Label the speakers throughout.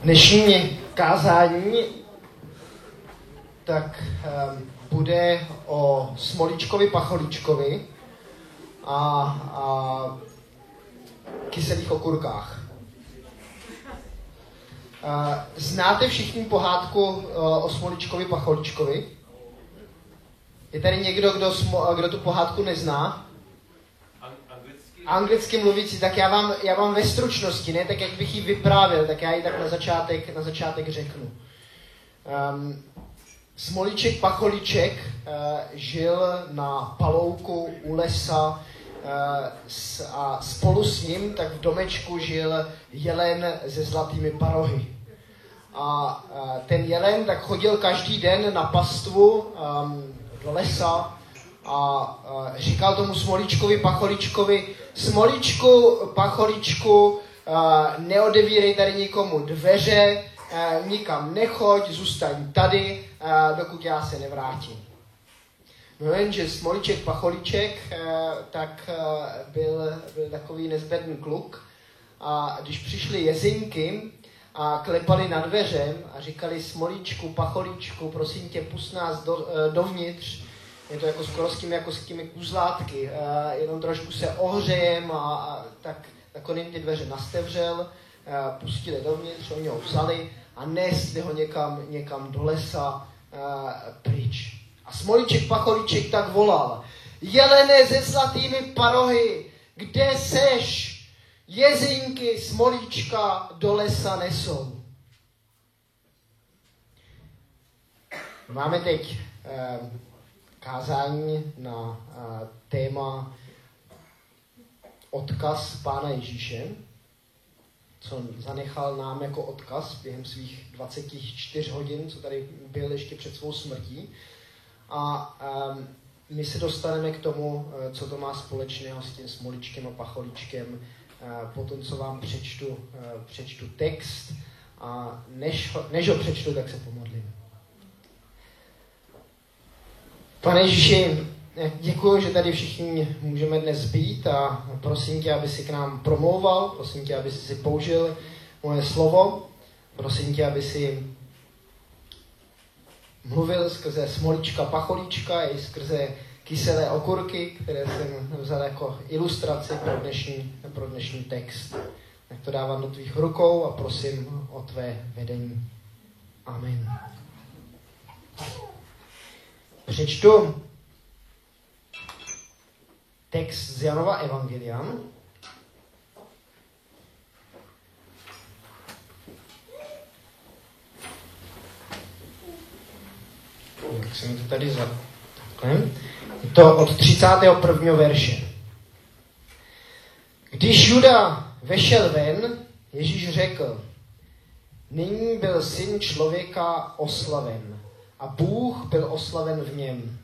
Speaker 1: Dnešní kázání tak bude o Smolíčkovi Pacholíčkovi a kyselých okurkách. Znáte všichni pohádku o Smolíčkovi Pacholíčkovi? Je tady někdo, kdo tu pohádku nezná? Anglicky mluvící, tak já vám ve stručnosti, ne tak, jak bych ji vyprávěl, tak já ji tak na začátek řeknu. Smolíček Pacholíček žil na palouku u lesa a spolu s ním tak v domečku žil jelen se zlatými parohy. A ten jelen tak chodil každý den na pastvu do lesa a říkal tomu Smolíčkovi Pacholíčkovi: Smolíčku Pacholíčku, neodevírej tady nikomu dveře, nikam nechoď, zůstaň tady, dokud já se nevrátím. No jenže Smolíček Pacholíček tak byl takový nezbedný kluk a když přišly jezinky a klepali na dveře a říkali: Smolíčku Pacholíčku, prosím tě, pust nás dovnitř, je to jako skoro s těmi kuzlátky, jenom trošku se ohřejem a tak on jim ty dveře nastevřel, pustili dovnitř, oni ho vzali a nesli ho někam do lesa pryč. A Smolíček Pacholíček tak volal: Jelene se zlatými parohy, kde seš? Jezinky Smolíčka do lesa nesou. Máme teď kázání na téma odkaz Pána Ježíše, co zanechal nám jako odkaz během svých 24 hodin, co tady byl ještě před svou smrtí. A my se dostaneme k tomu, co to má společného s tím Smolíčkem a Pacholíčkem, potom, co vám přečtu text. A než ho přečtu, tak se pomodlím. Pane Ježíši, děkuji, že tady všichni můžeme dnes být a prosím tě, aby si k nám promlouval, prosím tě, aby si použil moje slovo, prosím tě, aby si mluvil skrze Smolíčka Pacholíčka i skrze kyselé okurky, které jsem vzal jako ilustraci pro dnešní text. Tak to dávám do tvých rukou a prosím o tvé vedení. Amen. Přečtu text z Janova Evangelia. Jak se mi to tady takhle. Je to od 31. verše. Když Juda vešel ven, Ježíš řekl: Nyní byl Syn člověka oslaven a Bůh byl oslaven v něm.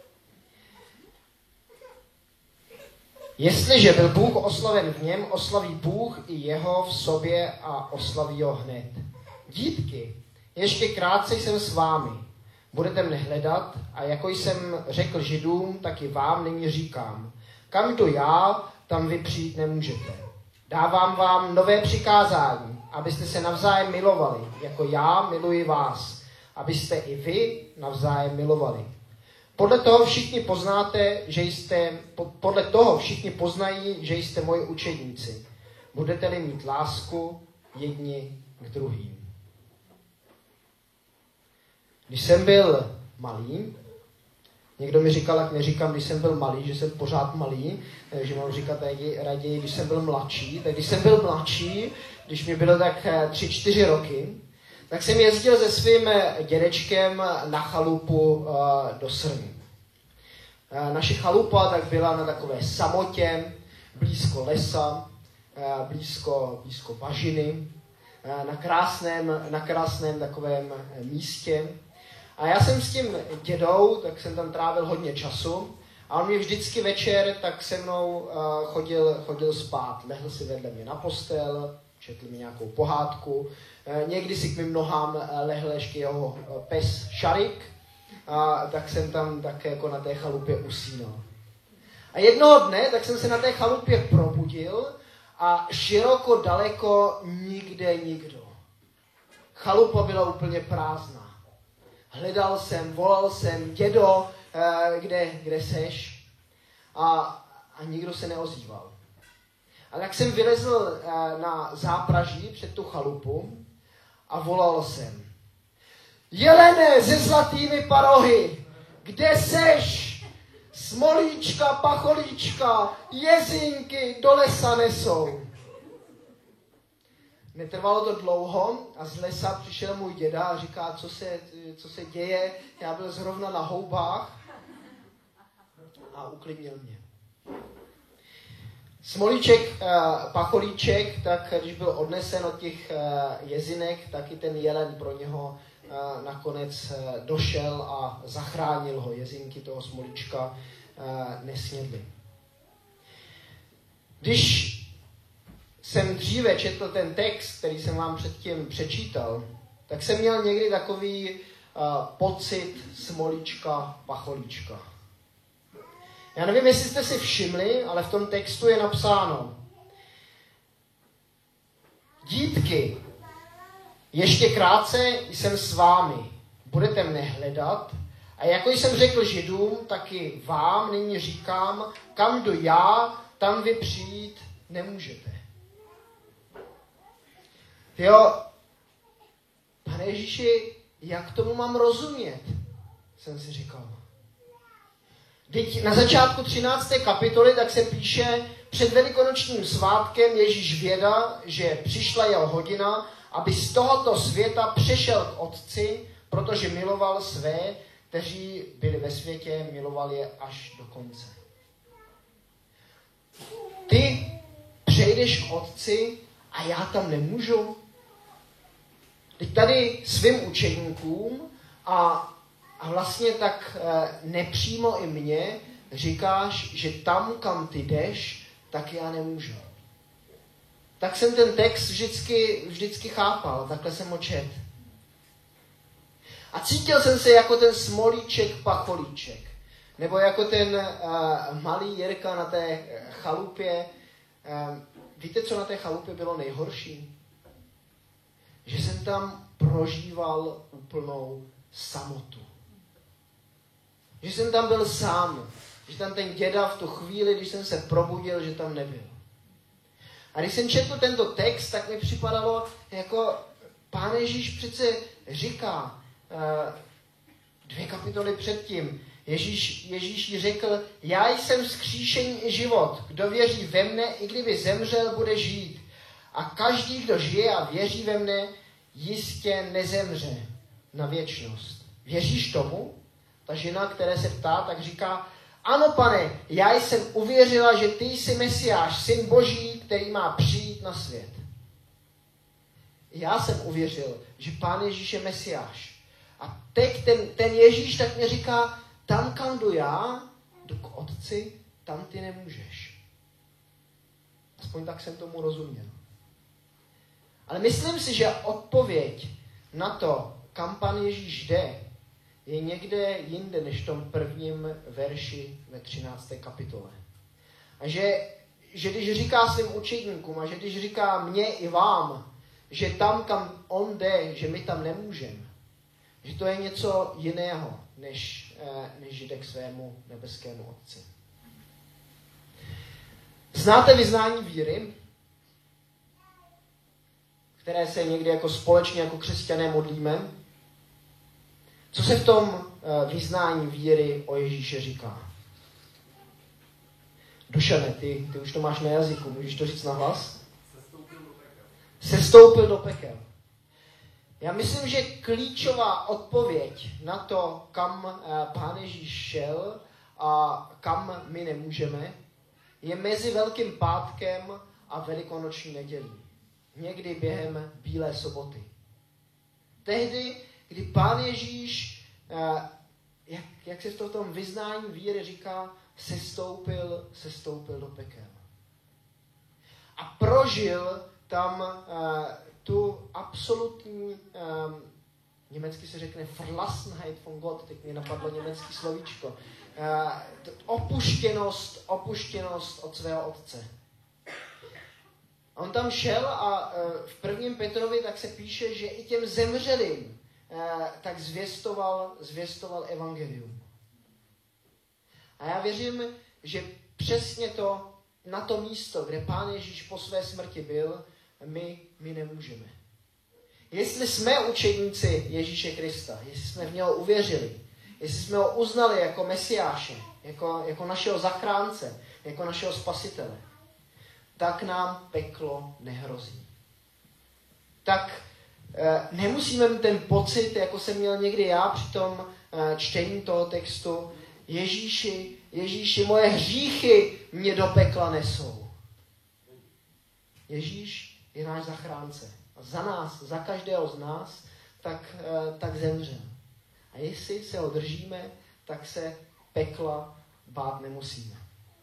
Speaker 1: Jestliže byl Bůh oslaven v něm, oslaví Bůh i jeho v sobě a oslaví ho hned. Dítky, ještě krátce jsem s vámi. Budete mne hledat a jako jsem řekl Židům, tak i vám nyní říkám: kam jdu já, tam vy přijít nemůžete. Dávám vám nové přikázání, abyste se navzájem milovali, jako já miluji vás, abyste i vy navzájem milovali. Podle toho všichni poznají, že jste moji učedníci. Budete-li mít lásku jedni k druhým. Když jsem byl malý, někdo mi říkal, jak neříkám, když jsem byl malý, že jsem pořád malý, že mám říkat raději, když jsem byl mladší. Tak když jsem byl mladší, když mi bylo tak 3-4 roky, tak jsem jezdil se svým dědečkem na chalupu do Srny. Naše chalupa tak byla na takové samotě, blízko lesa, blízko bažiny, na krásném takovém místě. A já jsem s tím dědou, tak jsem tam trávil hodně času a on mě vždycky večer tak se mnou chodil spát. Lehl si vedle mě na postel, četl mi nějakou pohádku. Někdy si k mým nohám lehl ještě jeho pes Šarik, a tak jsem tam tak jako na té chalupě usínal. A jednoho dne tak jsem se na té chalupě probudil a široko daleko nikde nikdo. chalupa byla úplně prázdná. Hledal jsem, volal jsem, dědo, kde seš? A nikdo se neozýval. A tak jsem vylezl na zápraží před tu chalupu a volal jsem. Jelene se zlatými parohy, kde seš? Smolíčka, pacholíčka, jezinky do lesa nesou. Netrvalo to dlouho a z lesa přišel můj děda a říká, co se děje. Já byl zrovna na houbách a uklidnil mě. Smolíček, pacholíček, tak když byl odnesen od těch jezinek, tak i ten jelen pro něho nakonec došel a zachránil ho. Jezinky toho smolíčka nesnědly. Když jsem dříve četl ten text, který jsem vám předtím přečítal, tak jsem měl někdy takový pocit smolíčka, pacholíčka. Já nevím, jestli jste si všimli, ale v tom textu je napsáno: Dítky, ještě krátce jsem s vámi, budete mne hledat, a jako jsem řekl Židům, taky vám nyní říkám, kam jdu já, tam vy přijít nemůžete. Jo, Pane Ježíši, jak tomu mám rozumět? Jsem si říkal. Teď na začátku 13. kapitoly tak se píše, před velikonočním svátkem Ježíš věděl, že přišla jeho hodina, aby z tohoto světa přešel k Otci, protože miloval své, kteří byli ve světě, miloval je až do konce. Ty přejdeš k Otci a já tam nemůžu? Teď tady svým učeníkům a vlastně tak nepřímo i mně říkáš, že tam, kam ty jdeš, tak já nemůžu. Tak jsem ten text vždycky chápal, takhle jsem ho četl. A cítil jsem se jako ten smolíček, pacholíček. Nebo jako ten malý Jirka na té chalupě. Víte, co na té chalupě bylo nejhorší? Že jsem tam prožíval úplnou samotu. Že jsem tam byl sám. Že tam ten děda v tu chvíli, když jsem se probudil, že tam nebyl. A když jsem četl tento text, tak mi připadalo, jako Pán Ježíš přece říká 2 kapitoly předtím. Ježíš jí řekl, já jsem vzkříšení i život. Kdo věří ve mne, i kdyby zemřel, bude žít. A každý, kdo žije a věří ve mne, jistě nezemře na věčnost. Věříš tomu? Ta žena, které se ptá, tak říká, ano, Pane, já jsem uvěřila, že ty jsi Mesiáš, syn Boží, který má přijít na svět. Já jsem uvěřil, že Pán Ježíš je Mesiáš. A teď ten Ježíš tak mi říká, tam, kam jdu já, jdu k Otci, tam ty nemůžeš. Aspoň tak jsem tomu rozuměl. Ale myslím si, že odpověď na to, kam Pán Ježíš jde, je někde jinde než v tom prvním verši ve 13. kapitole. A že když říká svým učedníkům a že když říká mně i vám, že tam, kam on jde, že my tam nemůžeme, že to je něco jiného, než jde k svému nebeskému Otci. Znáte vyznání víry, které se někdy jako společně jako křesťané modlíme? Co se v tom vyznání víry o Ježíše říká? Dušane, ty už to máš na jazyku, můžeš to říct nahlas? Sestoupil do pekel. Já myslím, že klíčová odpověď na to, kam Pán Ježíš šel a kam my nemůžeme, je mezi Velkým pátkem a Velikonoční nedělí. Někdy během Bílé soboty. Tehdy, kdy Pán Ježíš, jak se v tom vyznání víry říká, sestoupil do pekel. A prožil tam tu absolutní, německy se řekne Verlassenheit von Gott, teď mi napadlo německé slovíčko, opuštěnost od svého Otce. A on tam šel a v 1. Petrovi tak se píše, že i těm zemřelým tak zvěstoval evangelium. A já věřím, že přesně na to místo, kde Pán Ježíš po své smrti byl, my nemůžeme. Jestli jsme učedníci Ježíše Krista, jestli jsme v něho uvěřili, jestli jsme ho uznali jako Mesiáše, jako našeho zachránce, jako našeho spasitele, tak nám peklo nehrozí. Tak nemusíme mít ten pocit, jako jsem měl někdy já při tom čtení toho textu, Ježíši, moje hříchy mě do pekla nesou. Ježíš je náš zachránce. A za nás, za každého z nás, tak zemřel. A jestli se ho držíme, tak se pekla bát nemusíme.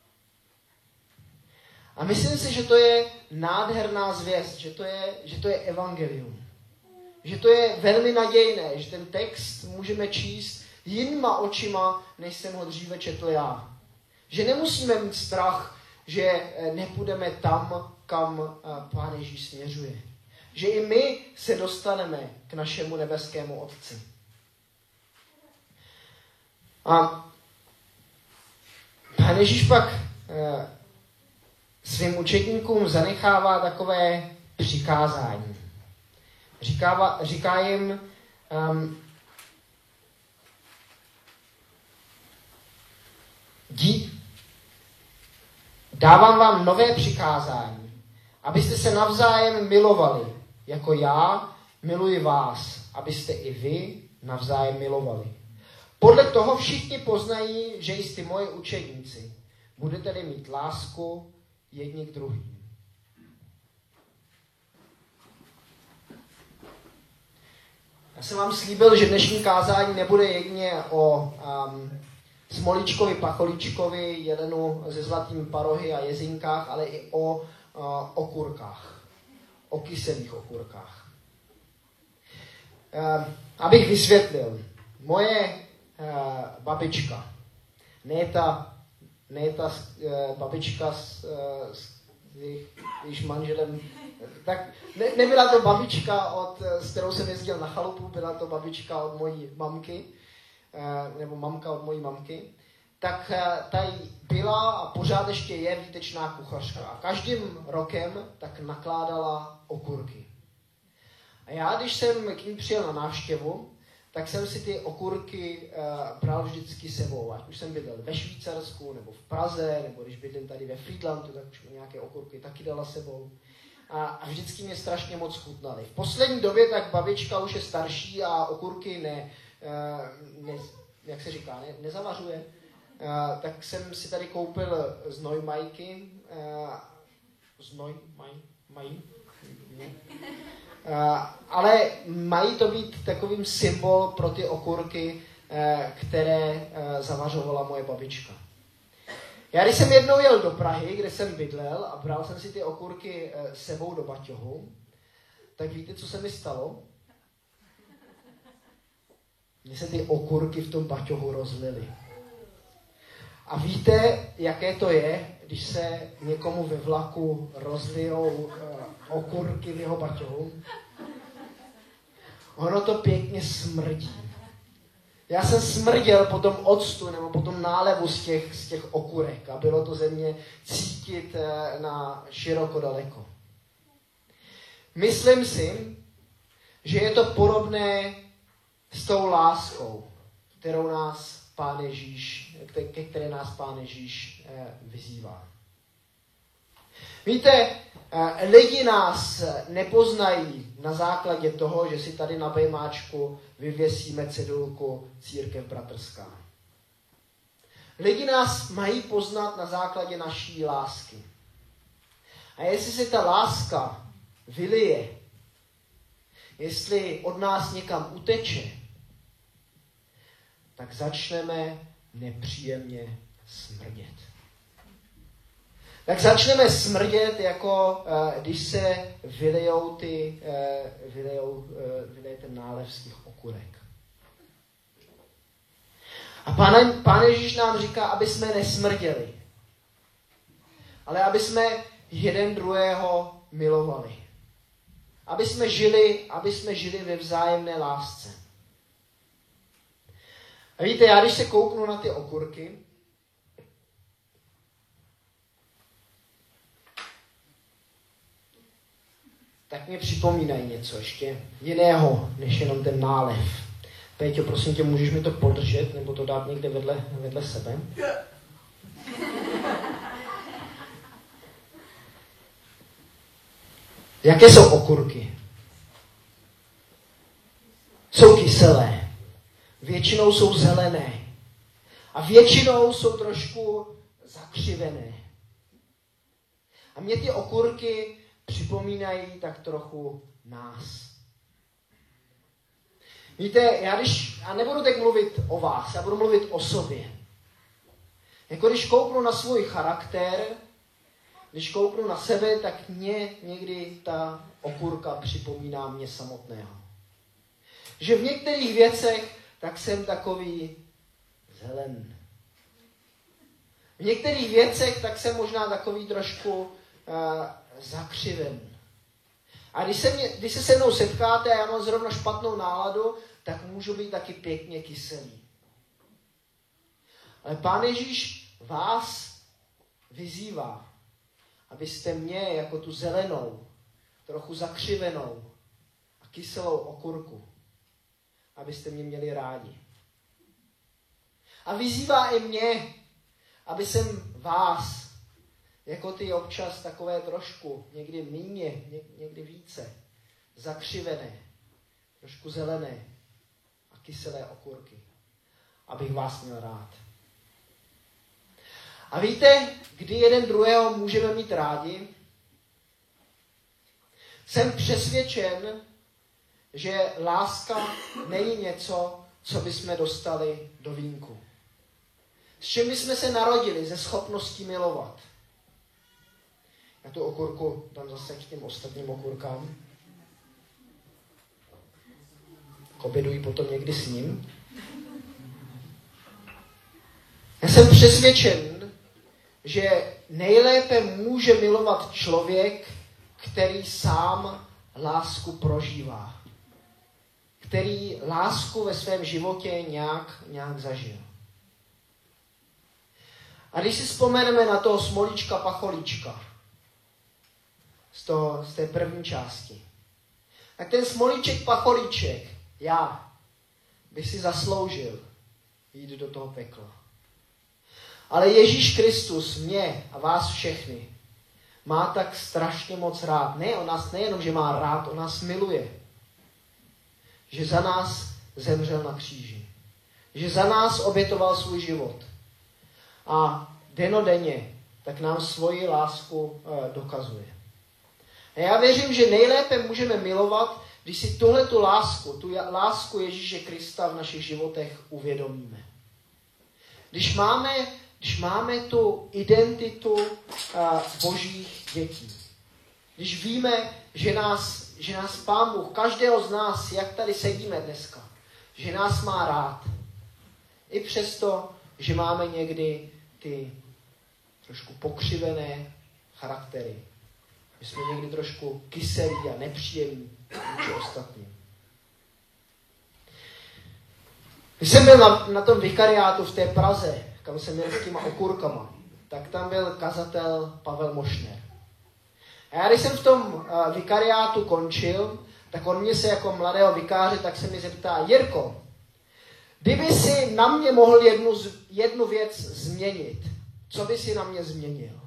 Speaker 1: A myslím si, že to je nádherná zvěst, že to je evangelium. Že to je velmi nadějné, že ten text můžeme číst jinýma očima, než jsem ho dříve četl já. Že nemusíme mít strach, že nepůjdeme tam, kam Pán Ježíš směřuje. Že i my se dostaneme k našemu nebeskému Otci. A Pán Ježíš pak svým učedníkům zanechává takové přikázání. Říká jim, dávám vám nové přikázání, abyste se navzájem milovali, jako já miluji vás, abyste i vy navzájem milovali. Podle toho všichni poznají, že jste moji učedníci. Budete-li mít lásku jedni k druhým. Já jsem vám slíbil, že dnešní kázání nebude jedině o Smolíčkovi, Pacholíčkovi, jelenu se zlatými parohy a jezinkách, ale i o okurkách. O kyselých okurkách. Abych vysvětlil. Moje babička, ne ta babička s manželem, tak nebyla to babička, s kterou jsem jezdil na chalupu, byla to babička od mojí mamky, nebo mamka od mojí mamky, tak tady byla a pořád ještě je výtečná kuchařka. A každým rokem tak nakládala okurky. A já, když jsem k ní přijel na návštěvu, tak jsem si ty okurky bral vždycky sebou. Ať už jsem bydlel ve Švýcarsku, nebo v Praze, nebo když bydlím tady ve Friedlandu, tak už mi nějaké okurky taky dala sebou. A vždycky mě strašně moc chutnaly. V poslední době tak babička už je starší a okurky jak se říká, nezavařuje. Tak jsem si tady koupil znojmajky. Ale mají to být takovým symbol pro ty okurky, které zavařovala moje babička. Já když jsem jednou jel do Prahy, kde jsem bydlel a bral jsem si ty okurky sebou do baťohu, tak víte, co se mi stalo? Mně se ty okurky v tom baťohu rozlily. A víte, jaké to je, když se někomu ve vlaku rozlijou okurky v jeho baťohu? Ono to pěkně smrdí. Já jsem smrděl po tom octu nebo po tom nálevu z těch okurek a bylo to ze mě cítit na široko daleko. Myslím si, že je to podobné s tou láskou, kterou nás Pán Ježíš, ke které nás Pán Ježíš vyzývá. Víte, lidi nás nepoznají na základě toho, že si tady na bejmáčku vyvěsíme cedulku Církev bratrská. Lidi nás mají poznat na základě naší lásky. A jestli se ta láska vylije, jestli od nás někam uteče, tak začneme nepříjemně smrdět. Tak začneme smrdět, jako když se vyleje ten nálev z těch okurek. A Pán Ježíš nám říká, aby jsme nesmrděli, ale aby jsme jeden druhého milovali. Aby jsme žili ve vzájemné lásce. A víte, já když se kouknu na ty okurky, tak mě připomínají něco ještě jiného, než jenom ten nálev. Péťo, prosím tě, můžeš mi to podržet, nebo to dát někde vedle sebe? Jaké jsou okurky? Jsou kyselé. Většinou jsou zelené. A většinou jsou trošku zakřivené. A mě ty okurky připomínají tak trochu nás. Víte, já nebudu teď mluvit o vás, já budu mluvit o sobě. Jako když kouknu na svůj charakter, když kouknu na sebe, tak mě někdy ta okurka připomíná mě samotného. Že v některých věcech tak jsem takový zelen. V některých věcech tak jsem možná takový trošku zakřiven. A když se se mnou setkáte a já mám zrovna špatnou náladu, tak můžu být taky pěkně kyselý. Ale Pán Ježíš vás vyzývá, abyste mě jako tu zelenou, trochu zakřivenou a kyselou okurku, abyste mě měli rádi. A vyzývá i mě, aby jsem vás, jako ty občas takové trošku, někdy míně, někdy více, zakřivené, trošku zelené a kyselé okurky, abych vás měl rád. A víte, kdy jeden druhého můžeme mít rádi? Jsem přesvědčen, že láska není něco, co bychom dostali do vínku. S čím jsme se narodili, ze schopností milovat. Já tu okurku dám zase k těm ostatním okurkám. Oběduji potom někdy s ním. Já jsem přesvědčen, že nejlépe může milovat člověk, který sám lásku prožívá. Který lásku ve svém životě nějak zažil. A když si vzpomeneme na toho Smolíčka Pacholíčka z té první části, tak ten Smolíček Pacholíček, já, bych si zasloužil jít do toho pekla. Ale Ježíš Kristus mě a vás všechny má tak strašně moc rád. Ne, on nás nejenom, že má rád, on nás miluje. Že za nás zemřel na kříži. Že za nás obětoval svůj život. A dennodenně tak nám svoji lásku dokazuje. A já věřím, že nejlépe můžeme milovat, když si tu lásku Ježíše Krista v našich životech uvědomíme. Když máme tu identitu božích dětí. Když víme, že nás Pán Bůh, každého z nás, jak tady sedíme dneska, že nás má rád. I přesto, že máme někdy ty trošku pokřivené charaktery. Že jsme někdy trošku kyselí a nepříjemní vůči ostatním. Když jsem byl na tom vikariátu v té Praze, kam jsem měl s těma okurkama, tak tam byl kazatel Pavel Mošner. A já když jsem v tom vikariátu končil, tak on mě se jako mladého vikáře, tak se mi zeptá: Jirko, kdyby si na mě mohl jednu věc změnit, co by si na mě změnil?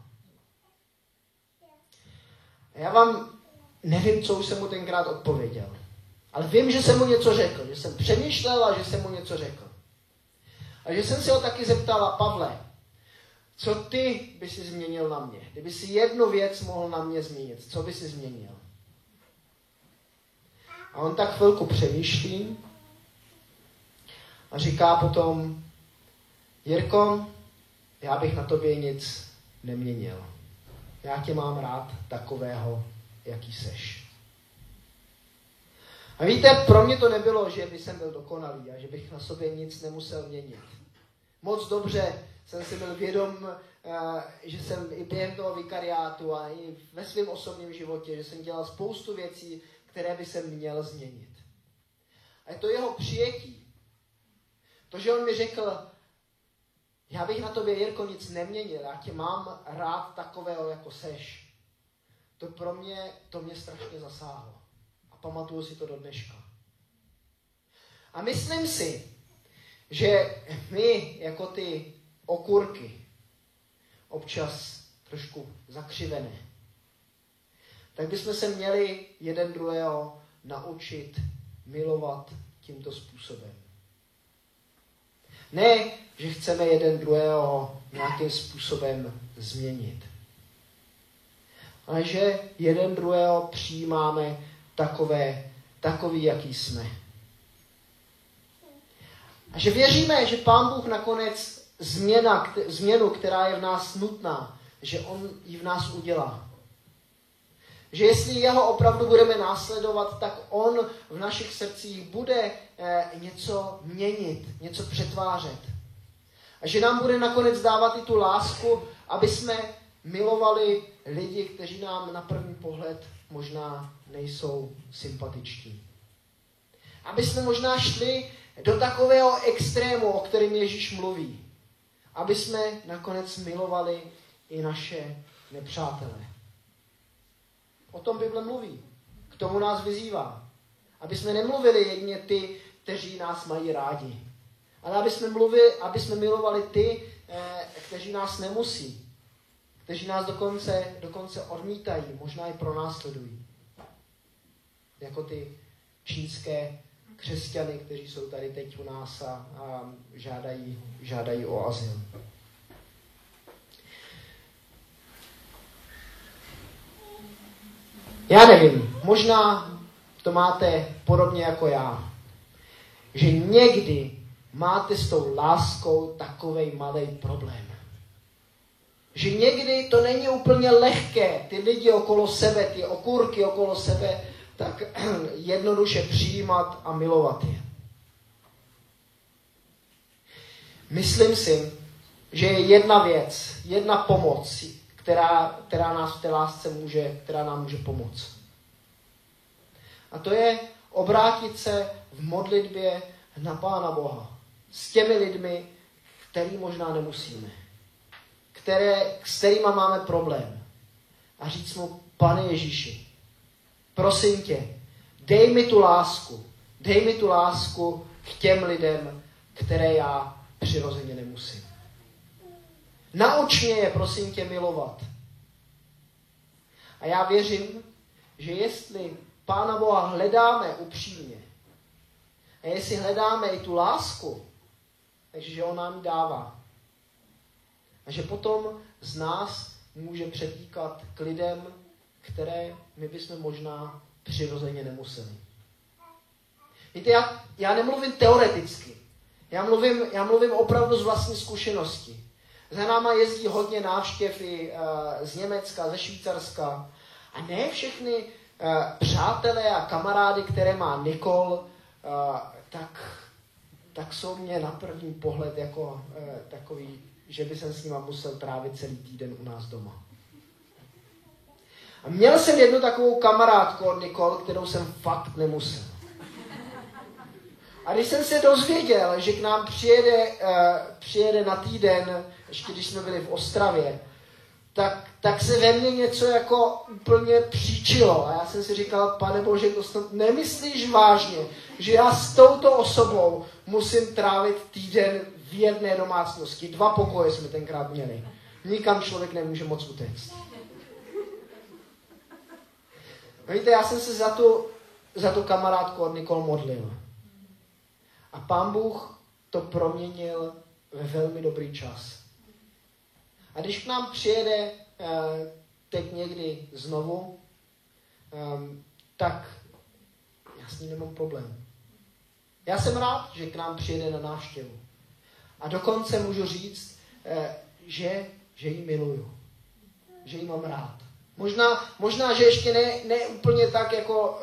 Speaker 1: A já vám nevím, co už jsem mu tenkrát odpověděl. Ale vím, že jsem mu něco řekl, že jsem přemýšlel a že jsem mu něco řekl. A že jsem se ho taky zeptal: Pavle, co ty by si změnil na mě? Kdyby si jednu věc mohl na mě změnit, co by si změnil? A on tak chvilku přemýšlí a říká potom: Jirko, já bych na tobě nic neměnil. Já tě mám rád takového, jaký seš. A víte, pro mě to nebylo, že bych jsem byl dokonalý a že bych na sobě nic nemusel měnit. Moc dobře jsem si byl vědom, že jsem i během toho vikariátu a i ve svém osobním životě, že jsem dělal spoustu věcí, které by se měl změnit. A je to jeho přijetí. To, že on mi řekl, já bych na tobě, Jirko, nic neměnil, já tě mám rád takového, jako seš. To mě strašně zasáhlo. A pamatuju si to do dneška. A myslím si, že my, jako ty okurky, občas trošku zakřivené, tak bychom se měli jeden druhého naučit milovat tímto způsobem. Ne, že chceme jeden druhého nějakým způsobem změnit, ale že jeden druhého přijímáme takový, jaký jsme. A že věříme, že Pán Bůh nakonec změnu, která je v nás nutná, že on ji v nás udělá. Že jestli jeho opravdu budeme následovat, tak on v našich srdcích bude něco měnit, něco přetvářet. A že nám bude nakonec dávat i tu lásku, aby jsme milovali lidi, kteří nám na první pohled možná nejsou sympatičtí. Aby jsme možná šli do takového extrému, o kterém Ježíš mluví. Aby jsme nakonec milovali i naše nepřátele. O tom Bible mluví. K tomu nás vyzývá. Aby jsme nemluvili jedině ty, kteří nás mají rádi. Ale aby jsme milovali ty, kteří nás nemusí. Kteří nás dokonce odmítají, možná i pronásledují. Jako ty čínské křesťany, kteří jsou tady teď u nás a žádají o azyl. Já nevím, možná to máte podobně jako já. Že někdy máte s tou láskou takovej malej problém. Že někdy to není úplně lehké ty lidi okolo sebe, ty okurky okolo sebe, tak jednoduše přijímat a milovat je. Myslím si, že je jedna věc, jedna pomoc, která nás v té lásce která nám může pomoct. A to je obrátit se v modlitbě na Pána Boha. S těmi lidmi, který možná nemusíme. S kterýma máme problém. A říct mu, Pane Ježíši, prosím tě, dej mi tu lásku. Dej mi tu lásku k těm lidem, které já přirozeně nemusím. Nauč mě je, prosím tě, milovat. A já věřím, že jestli Pána Boha hledáme upřímně, a jestli hledáme i tu lásku, takže on nám dává. A že potom z nás může přetíkat k lidem, které my bychom možná přirozeně nemuseli. Víte, já nemluvím teoreticky. Já mluvím opravdu z vlastní zkušenosti. Za náma jezdí hodně návštěv i z Německa, ze Švýcarska. A ne všechny přátelé a kamarády, které má Nikol, tak jsou mě na první pohled jako takový, že by jsem s nima musel trávit celý týden u nás doma. A měl jsem jednu takovou kamarádku od Nikol, kterou jsem fakt nemusel. A když jsem se dozvěděl, že k nám přijede na týden, ještě když jsme byli v Ostravě, tak se ve mně něco jako úplně příčilo. A já jsem si říkal, Pane Bože, to snad nemyslíš vážně, že já s touto osobou musím trávit týden v jedné domácnosti. 2 pokoje jsme tenkrát měli. Nikam člověk nemůže moc utéct. Víte, já jsem se za tu kamarádku od Nikol modlil. A Pán Bůh to proměnil ve velmi dobrý čas. A když k nám přijede teď někdy znovu, tak já s ním nemám problém. Já jsem rád, že k nám přijede na návštěvu. A dokonce můžu říct, že ji miluju. Že ji mám rád. Možná že ještě ne úplně tak jako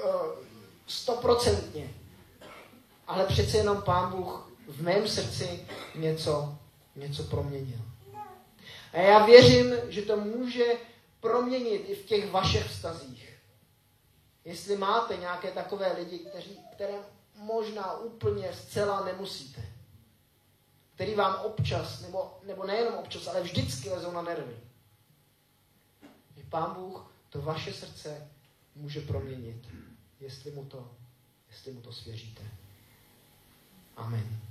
Speaker 1: 100%. Ale přece jenom Pán Bůh v mém srdci něco něco proměnil. A já věřím, že to může proměnit i v těch vašich vztazích. Jestli máte nějaké takové lidi, které možná úplně zcela nemusíte, který vám občas, nebo nejenom občas, ale vždycky lezou na nervy. Že Pán Bůh to vaše srdce může proměnit, jestli mu to svěříte. Amen.